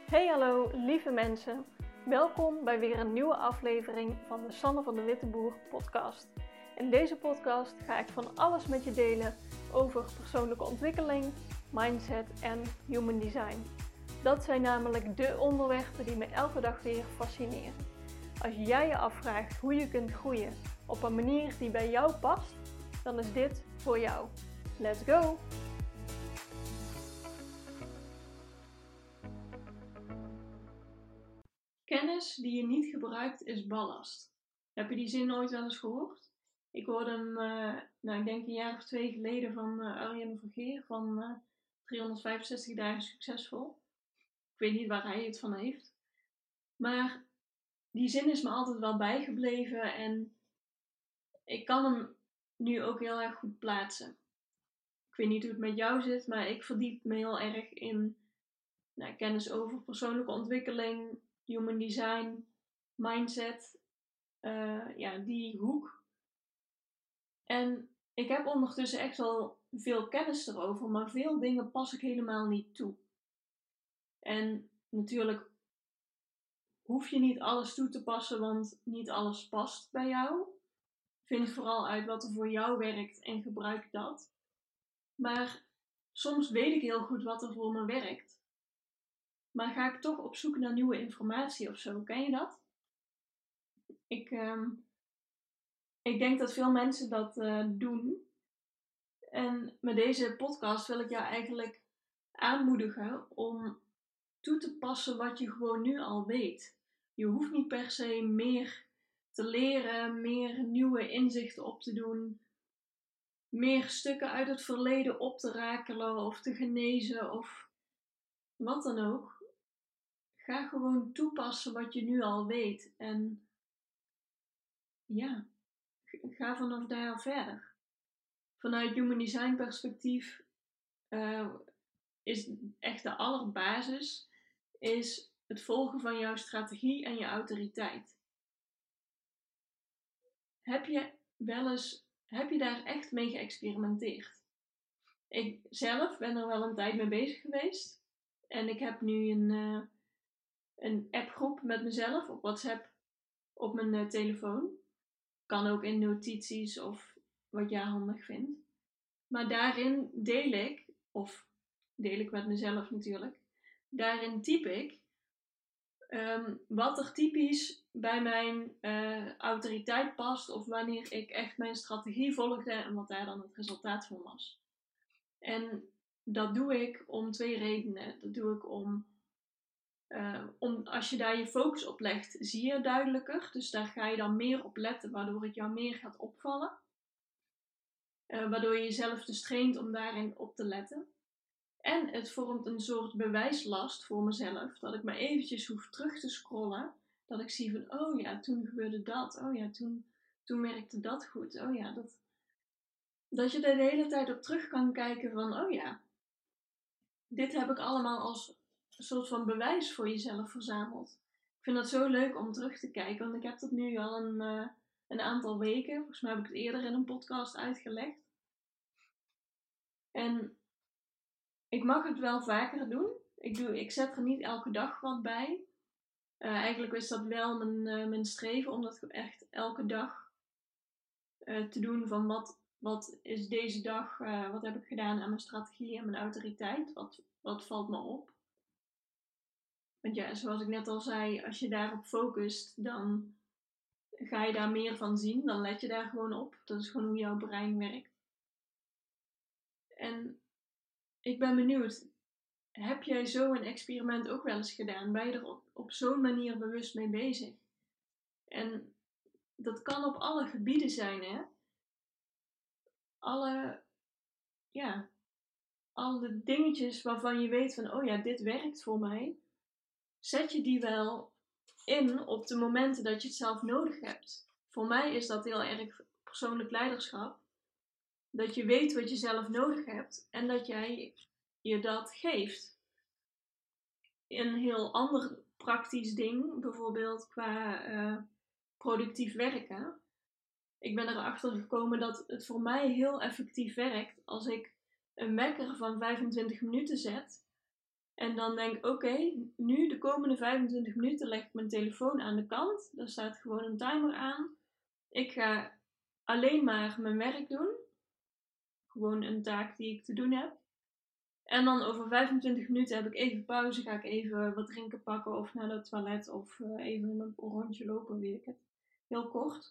Hey hallo lieve mensen, welkom bij weer een nieuwe aflevering van de Sanne van de Witteboer podcast. In deze podcast ga ik van alles met je delen over persoonlijke ontwikkeling, mindset en human design. Dat zijn namelijk de onderwerpen die me elke dag weer fascineren. Als jij je afvraagt hoe je kunt groeien op een manier die bij jou past, dan is dit voor jou. Let's go! Kennis die je niet gebruikt is ballast. Heb je die zin ooit wel eens gehoord? Ik hoorde hem, ik denk een jaar of 2 geleden van Arjen Vergeer van 365 dagen succesvol. Ik weet niet waar hij het van heeft. Maar die zin is me altijd wel bijgebleven en ik kan hem nu ook heel erg goed plaatsen. Ik weet niet hoe het met jou zit, maar ik verdiep me heel erg in kennis over persoonlijke ontwikkeling, human design, mindset, die hoek. En ik heb ondertussen echt wel veel kennis erover, maar veel dingen pas ik helemaal niet toe. En natuurlijk hoef je niet alles toe te passen, want niet alles past bij jou. Vind vooral uit wat er voor jou werkt en gebruik dat. Maar soms weet ik heel goed wat er voor me werkt. Maar ga ik toch op zoek naar nieuwe informatie of zo. Ken je dat? Ik denk dat veel mensen dat doen. En met deze podcast wil ik jou eigenlijk aanmoedigen om toe te passen wat je gewoon nu al weet. Je hoeft niet per se meer te leren, meer nieuwe inzichten op te doen, meer stukken uit het verleden op te rakelen of te genezen of wat dan ook. Ga gewoon toepassen wat je nu al weet en ja, ga vanaf daar verder. Vanuit human design perspectief is echt de allerbasis is het volgen van jouw strategie en je autoriteit. Heb je daar echt mee geëxperimenteerd? Ik zelf ben er wel een tijd mee bezig geweest. En ik heb nu een appgroep met mezelf op WhatsApp op mijn telefoon. Kan ook in notities of wat jij handig vindt. Maar daarin deel ik met mezelf natuurlijk, daarin type ik wat er typisch bij mijn autoriteit past of wanneer ik echt mijn strategie volgde en wat daar dan het resultaat van was. En dat doe ik om 2 redenen. Dat doe ik om als je daar je focus op legt, zie je duidelijker. Dus daar ga je dan meer op letten, waardoor het jou meer gaat opvallen. Waardoor je jezelf dus traint om daarin op te letten. En het vormt een soort bewijslast voor mezelf, dat ik maar eventjes hoef terug te scrollen. Dat ik zie van, oh ja, toen gebeurde dat. Oh ja, toen werkte dat goed. Oh ja, dat je er de hele tijd op terug kan kijken van, oh ja, dit heb ik allemaal als een soort van bewijs voor jezelf verzameld. Ik vind dat zo leuk om terug te kijken, want ik heb dat nu al een aantal weken. Volgens mij heb ik het eerder in een podcast uitgelegd. En ik mag het wel vaker doen. Ik zet er niet elke dag wat bij. Eigenlijk is dat wel mijn streven om dat echt elke dag te doen van wat is deze dag, wat heb ik gedaan aan mijn strategie en mijn autoriteit, wat valt me op. Want ja, zoals ik net al zei, als je daarop focust, dan ga je daar meer van zien, dan let je daar gewoon op. Dat is gewoon hoe jouw brein werkt. En ik ben benieuwd, heb jij zo een experiment ook wel eens gedaan? Ben je er op zo'n manier bewust mee bezig? En dat kan op alle gebieden zijn, hè? Alle dingetjes waarvan je weet van, oh ja, dit werkt voor mij. Zet je die wel in op de momenten dat je het zelf nodig hebt. Voor mij is dat heel erg persoonlijk leiderschap. Dat je weet wat je zelf nodig hebt en dat jij je dat geeft. Een heel ander praktisch ding, bijvoorbeeld qua productief werken. Ik ben erachter gekomen dat het voor mij heel effectief werkt als ik een wekker van 25 minuten zet En dan denk ik, oké, nu de komende 25 minuten leg ik mijn telefoon aan de kant. Daar staat gewoon een timer aan. Ik ga alleen maar mijn werk doen. Gewoon een taak die ik te doen heb. En dan over 25 minuten heb ik even pauze. Ga ik even wat drinken pakken of naar het toilet of even een rondje lopen, weet ik het. Heel kort.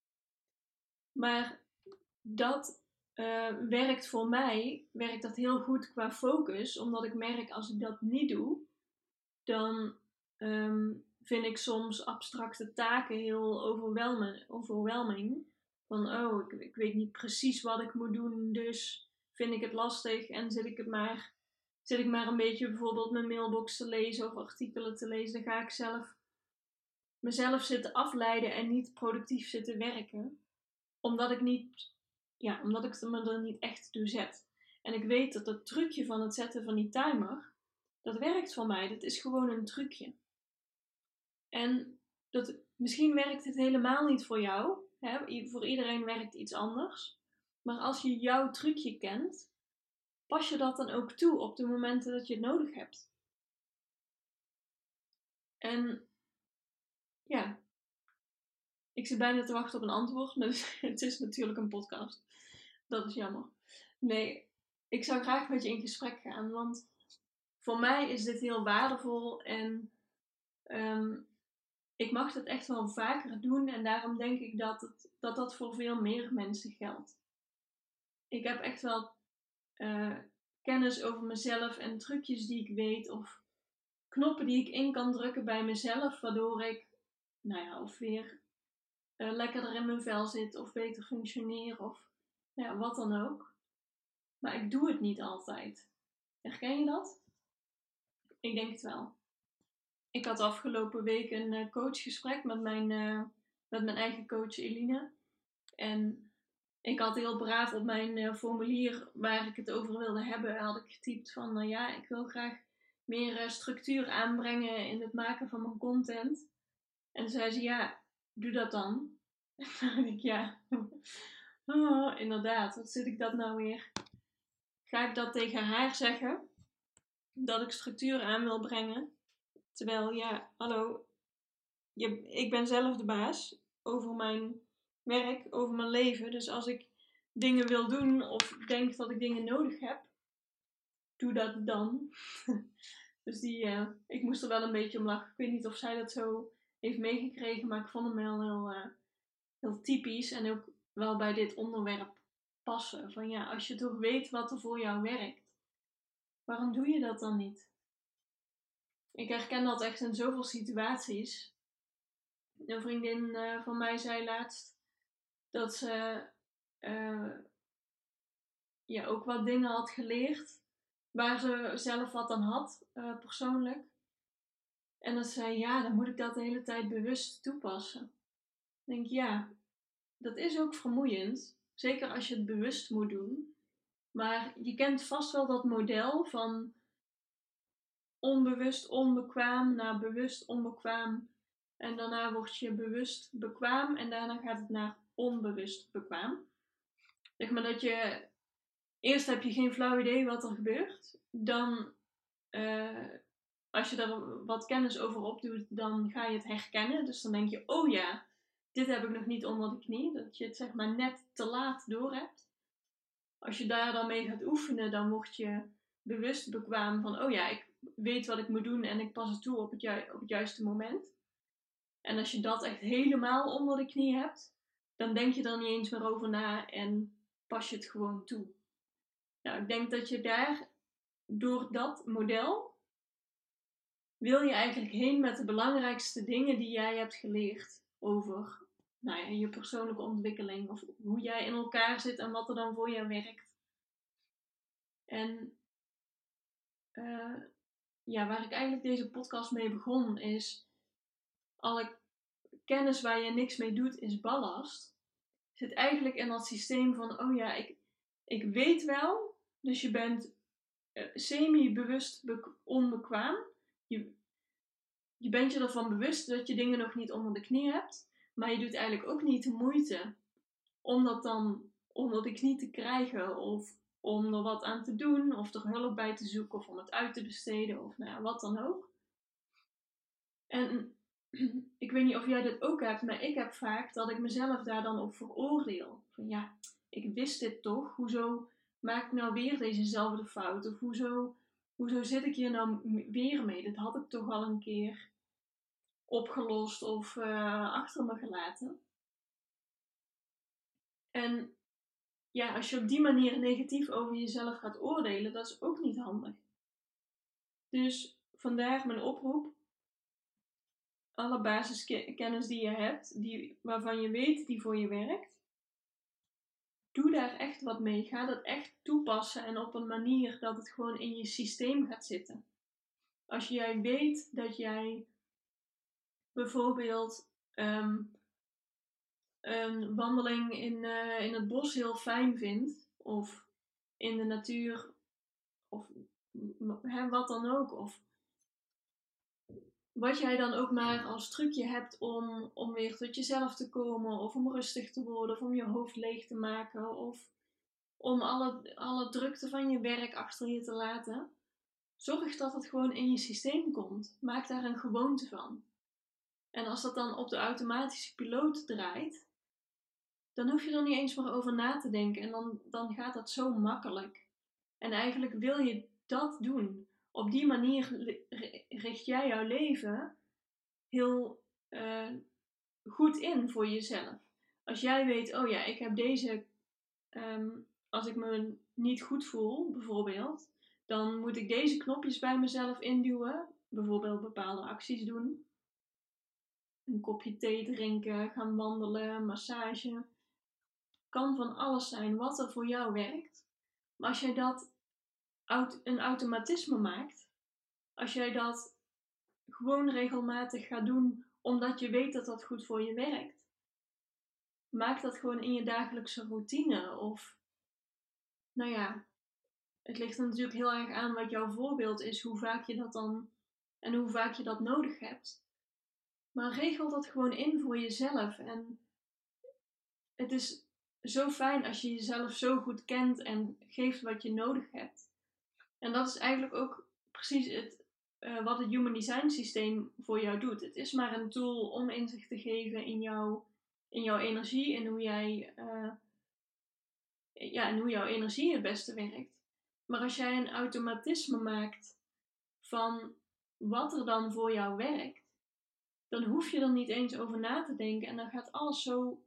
Maar dat werkt voor mij, werkt dat heel goed qua focus. Omdat ik merk als ik dat niet doe, dan vind ik soms abstracte taken heel overwhelming. Van, oh, ik weet niet precies wat ik moet doen, dus vind ik het lastig en zit ik maar een beetje bijvoorbeeld mijn mailbox te lezen of artikelen te lezen. Dan ga ik mezelf zitten afleiden en niet productief zitten werken. Omdat ik me er niet echt toe zet. En ik weet dat het trucje van het zetten van die timer, dat werkt voor mij. Dat is gewoon een trucje. En misschien werkt het helemaal niet voor jou. Hè? Voor iedereen werkt iets anders. Maar als je jouw trucje kent, pas je dat dan ook toe op de momenten dat je het nodig hebt. En ja, ik zit bijna te wachten op een antwoord, maar het is natuurlijk een podcast. Dat is jammer. Nee, ik zou graag met je in gesprek gaan, want voor mij is dit heel waardevol en ik mag het echt wel vaker doen en daarom denk ik dat voor veel meer mensen geldt. Ik heb echt wel kennis over mezelf en trucjes die ik weet of knoppen die ik in kan drukken bij mezelf, waardoor ik, of weer lekkerder in mijn vel zit of beter functioneer of wat dan ook. Maar ik doe het niet altijd. Herken je dat? Ik denk het wel. Ik had afgelopen week een coachgesprek met mijn eigen coach Eline. En ik had heel braaf op mijn formulier waar ik het over wilde hebben, had ik getypt van ik wil graag meer structuur aanbrengen in het maken van mijn content. En toen zei ze, ja, doe dat dan. En toen dacht ik, ja, inderdaad, wat zit ik dat nou weer? Ga ik dat tegen haar zeggen? Dat ik structuur aan wil brengen? Terwijl, ja, hallo, ik ben zelf de baas over mijn werk, over mijn leven. Dus als ik dingen wil doen of denk dat ik dingen nodig heb, doe dat dan. Dus ik moest er wel een beetje om lachen. Ik weet niet of zij dat zo heeft meegekregen, maar ik vond hem wel heel typisch en ook wel bij dit onderwerp passen. Van ja, als je toch weet wat er voor jou werkt, waarom doe je dat dan niet? Ik herken dat echt in zoveel situaties. Een vriendin van mij zei laatst dat ze ook wat dingen had geleerd waar ze zelf wat aan had, persoonlijk. En dat zei, ja, dan moet ik dat de hele tijd bewust toepassen. Ik denk, ja, dat is ook vermoeiend. Zeker als je het bewust moet doen. Maar je kent vast wel dat model van onbewust onbekwaam naar bewust onbekwaam. En daarna word je bewust bekwaam en daarna gaat het naar onbewust bekwaam. Zeg maar dat je eerst heb je geen flauw idee wat er gebeurt. Dan, als je daar wat kennis over opdoet, dan ga je het herkennen. Dus dan denk je, oh ja, dit heb ik nog niet onder de knie. Dat je het zeg maar net te laat door hebt. Als je daar dan mee gaat oefenen, dan word je bewust bekwaam van, oh ja, ik weet wat ik moet doen en ik pas het toe op het juiste moment. En als je dat echt helemaal onder de knie hebt, dan denk je er niet eens meer over na en pas je het gewoon toe. Nou, ik denk dat je daar, door dat model, wil je eigenlijk heen met de belangrijkste dingen die jij hebt geleerd over je persoonlijke ontwikkeling. Of hoe jij in elkaar zit en wat er dan voor jou werkt. En waar ik eigenlijk deze podcast mee begon is, alle kennis waar je niks mee doet is ballast. Zit eigenlijk in dat systeem van, oh ja, ik weet wel, dus je bent semi-bewust onbekwaam. Je bent je ervan bewust dat je dingen nog niet onder de knie hebt, maar je doet eigenlijk ook niet de moeite om dat dan onder de knie te krijgen of om er wat aan te doen, of er hulp bij te zoeken, of om het uit te besteden, of nou ja, wat dan ook. En ik weet niet of jij dit ook hebt, maar ik heb vaak dat ik mezelf daar dan op veroordeel. Van ja, ik wist dit toch, hoezo maak ik nou weer dezezelfde fout? Of hoezo zit ik hier nou weer mee? Dat had ik toch al een keer opgelost of achter me gelaten. En ja, als je op die manier negatief over jezelf gaat oordelen, dat is ook niet handig. Dus vandaar mijn oproep. Alle basiskennis die je hebt, waarvan je weet die voor je werkt, doe daar echt wat mee. Ga dat echt toepassen en op een manier dat het gewoon in je systeem gaat zitten. Als jij weet dat jij bijvoorbeeld een wandeling in het bos heel fijn vindt, of in de natuur, of wat dan ook, of wat jij dan ook maar als trucje hebt om weer tot jezelf te komen, of om rustig te worden, of om je hoofd leeg te maken, of om alle drukte van je werk achter je te laten. Zorg dat het gewoon in je systeem komt. Maak daar een gewoonte van. En als dat dan op de automatische piloot draait, dan hoef je er niet eens meer over na te denken. En dan gaat dat zo makkelijk. En eigenlijk wil je dat doen. Op die manier richt jij jouw leven heel goed in voor jezelf. Als jij weet, oh ja, ik heb deze, als ik me niet goed voel, bijvoorbeeld, dan moet ik deze knopjes bij mezelf induwen. Bijvoorbeeld bepaalde acties doen. Een kopje thee drinken, gaan wandelen, massage. Kan van alles zijn wat er voor jou werkt. Maar als jij dat een automatisme maakt, als jij dat gewoon regelmatig gaat doen omdat je weet dat dat goed voor je werkt, maak dat gewoon in je dagelijkse routine. Of, nou ja, het ligt er natuurlijk heel erg aan wat jouw voorbeeld is, hoe vaak je dat dan en hoe vaak je dat nodig hebt. Maar regel dat gewoon in voor jezelf. En het is zo fijn als je jezelf zo goed kent en geeft wat je nodig hebt. En dat is eigenlijk ook precies wat het Human Design systeem voor jou doet. Het is maar een tool om inzicht te geven in jouw energie en hoe jouw energie het beste werkt. Maar als jij een automatisme maakt van wat er dan voor jou werkt, dan hoef je er niet eens over na te denken en dan gaat alles zo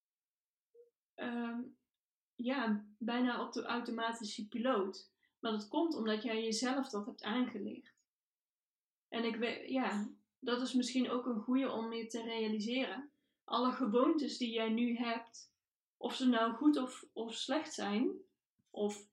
bijna op de automatische piloot. Maar dat komt omdat jij jezelf dat hebt aangeleerd. En ik weet, dat is misschien ook een goede om je te realiseren. Alle gewoontes die jij nu hebt, of ze nou goed of slecht zijn, of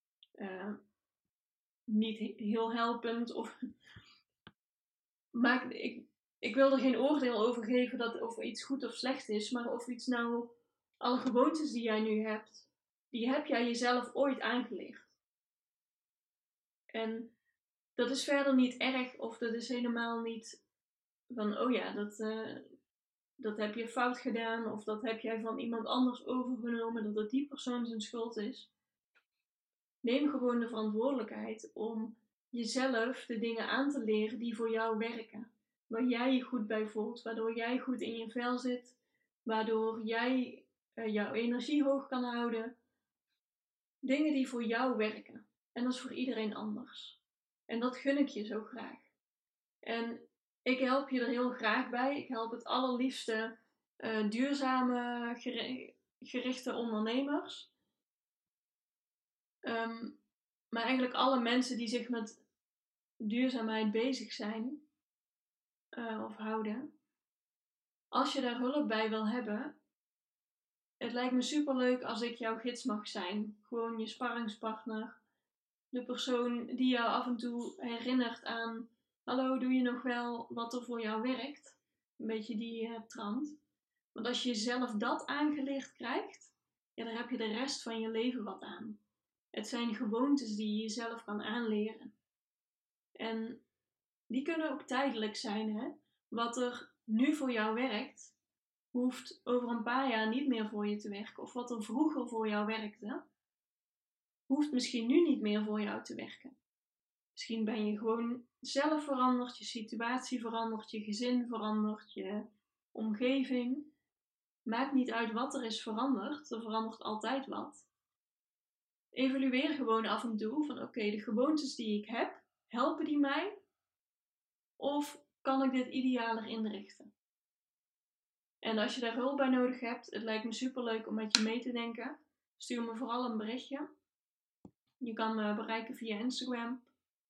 niet heel helpend, ik wil er geen oordeel over geven dat of iets goed of slecht is, maar of iets nou, alle gewoontes die jij nu hebt, die heb jij jezelf ooit aangeleerd. En dat is verder niet erg, of dat is helemaal niet van, oh ja, dat heb je fout gedaan, of dat heb jij van iemand anders overgenomen, dat het die persoon zijn schuld is. Neem gewoon de verantwoordelijkheid om jezelf de dingen aan te leren die voor jou werken. Waar jij je goed bij voelt, waardoor jij goed in je vel zit, waardoor jij jouw energie hoog kan houden. Dingen die voor jou werken. En dat is voor iedereen anders. En dat gun ik je zo graag. En ik help je er heel graag bij. Ik help het allerliefste duurzame gerichte ondernemers. Maar eigenlijk alle mensen die zich met duurzaamheid bezig zijn of houden. Als je daar hulp bij wil hebben, het lijkt me superleuk als ik jouw gids mag zijn. Gewoon je sparringspartner. De persoon die jou af en toe herinnert aan, hallo, doe je nog wel wat er voor jou werkt? Een beetje die trant. Want als je zelf dat aangeleerd krijgt, ja, dan heb je de rest van je leven wat aan. Het zijn gewoontes die je jezelf kan aanleren. En die kunnen ook tijdelijk zijn, hè? Wat er nu voor jou werkt, hoeft over een paar jaar niet meer voor je te werken. Of wat er vroeger voor jou werkte, hoeft misschien nu niet meer voor jou te werken. Misschien ben je gewoon zelf veranderd, je situatie verandert, je gezin verandert, je omgeving. Maakt niet uit wat er is veranderd, er verandert altijd wat. Evalueer gewoon af en toe van oké, de gewoontes die ik heb, helpen die mij? Of kan ik dit idealer inrichten? En als je daar hulp bij nodig hebt, het lijkt me superleuk om met je mee te denken. Stuur me vooral een berichtje. Je kan me bereiken via Instagram.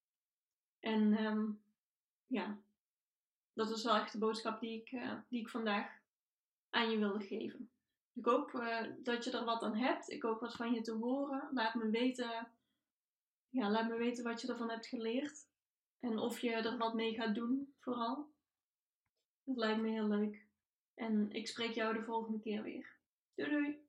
En ja, dat is wel echt de boodschap die ik vandaag aan je wilde geven. Ik hoop dat je er wat aan hebt. Ik hoop wat van je te horen. Laat me weten wat je ervan hebt geleerd. En of je er wat mee gaat doen, vooral. Dat lijkt me heel leuk. En ik spreek jou de volgende keer weer. Doei doei!